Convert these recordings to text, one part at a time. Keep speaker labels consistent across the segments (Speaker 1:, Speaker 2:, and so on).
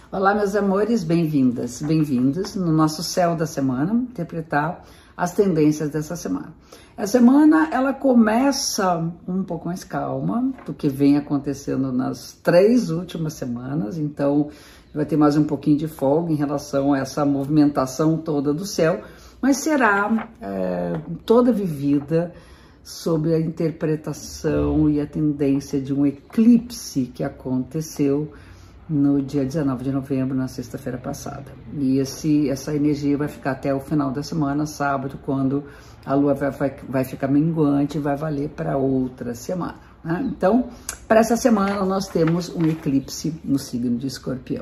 Speaker 1: Olá, meus amores, bem-vindas, bem-vindos no nosso céu da semana, interpretar as tendências dessa semana. A semana, ela começa um pouco mais calma do que vem acontecendo nas 3 últimas semanas, então vai ter mais um pouquinho de folga em relação a essa movimentação toda do céu, mas será toda vivida sob a interpretação e a tendência de um eclipse que aconteceu no dia 19 de novembro, na sexta-feira passada. E essa energia vai ficar até o final da semana, sábado, quando a lua vai ficar minguante e vai valer para outra semana, né? Então, para essa semana, nós temos um eclipse no signo de Escorpião.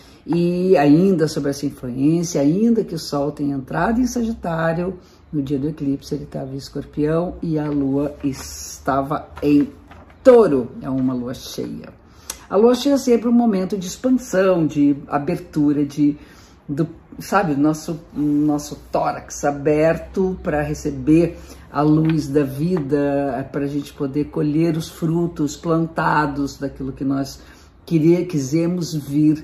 Speaker 1: E ainda sobre essa influência, ainda que o Sol tenha entrado em Sagitário, no dia do eclipse ele estava em Escorpião e a lua estava em Touro, é uma lua cheia. A lua cheia é sempre um momento de expansão, de abertura, sabe, nosso tórax aberto para receber a luz da vida, para a gente poder colher os frutos plantados daquilo que nós quisemos ver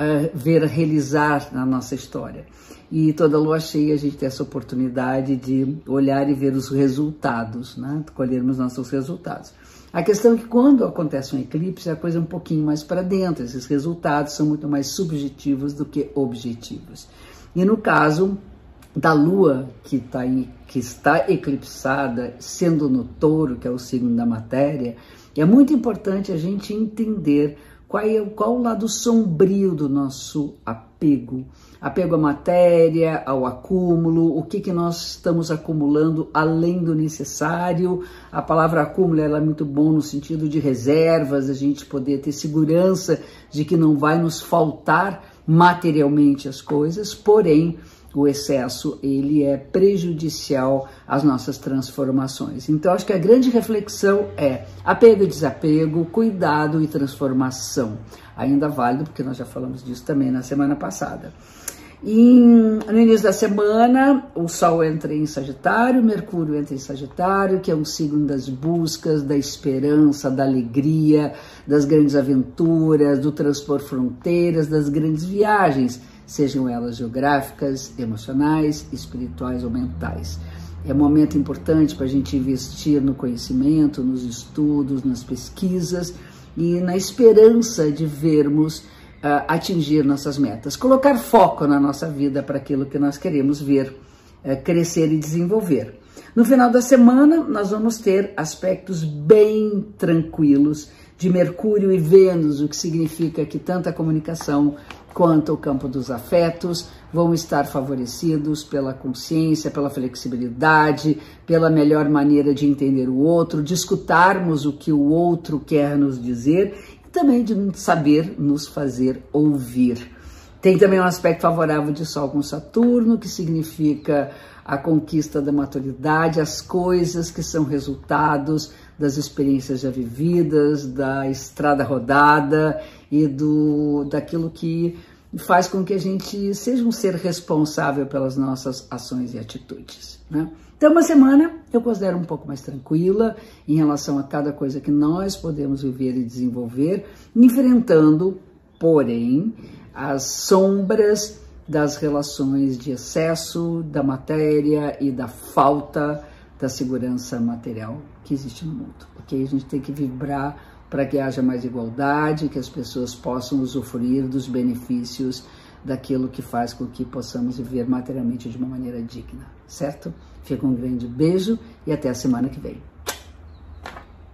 Speaker 1: realizar na nossa história. E toda lua cheia a gente tem essa oportunidade de olhar e ver os resultados, né? Colhermos nossos resultados. A questão é que quando acontece um eclipse, a coisa é um pouquinho mais para dentro, esses resultados são muito mais subjetivos do que objetivos. E no caso da lua que está eclipsada, sendo no Touro, que é o signo da matéria, é muito importante a gente entender qual o lado sombrio do nosso apego. Apego à matéria, ao acúmulo, o que nós estamos acumulando além do necessário. A palavra acúmulo ela é muito bom no sentido de reservas, a gente poder ter segurança de que não vai nos faltar materialmente as coisas, porém o excesso ele é prejudicial às nossas transformações. Então acho que a grande reflexão é apego e desapego, cuidado e transformação. Ainda válido, porque nós já falamos disso também na semana passada. No início da semana, o Sol entra em Sagitário, Mercúrio entra em Sagitário, que é um signo das buscas, da esperança, da alegria, das grandes aventuras, do transpor fronteiras, das grandes viagens, sejam elas geográficas, emocionais, espirituais ou mentais. É um momento importante para a gente investir no conhecimento, nos estudos, nas pesquisas e na esperança de vermos atingir nossas metas, colocar foco na nossa vida para aquilo que nós queremos ver crescer e desenvolver. No final da semana, nós vamos ter aspectos bem tranquilos de Mercúrio e Vênus, o que significa que tanto a comunicação quanto o campo dos afetos vão estar favorecidos pela consciência, pela flexibilidade, pela melhor maneira de entender o outro, de escutarmos o que o outro quer nos dizer e também de saber nos fazer ouvir. Tem também um aspecto favorável de Sol com Saturno, que significa a conquista da maturidade, as coisas que são resultados das experiências já vividas, da estrada rodada e daquilo que faz com que a gente seja um ser responsável pelas nossas ações e atitudes, né? Então, uma semana eu considero um pouco mais tranquila em relação a cada coisa que nós podemos viver e desenvolver, enfrentando, porém, as sombras das relações de excesso da matéria e da falta da segurança material que existe no mundo. Porque a gente tem que vibrar para que haja mais igualdade, que as pessoas possam usufruir dos benefícios daquilo que faz com que possamos viver materialmente de uma maneira digna, certo? Fica um grande beijo e até a semana que vem.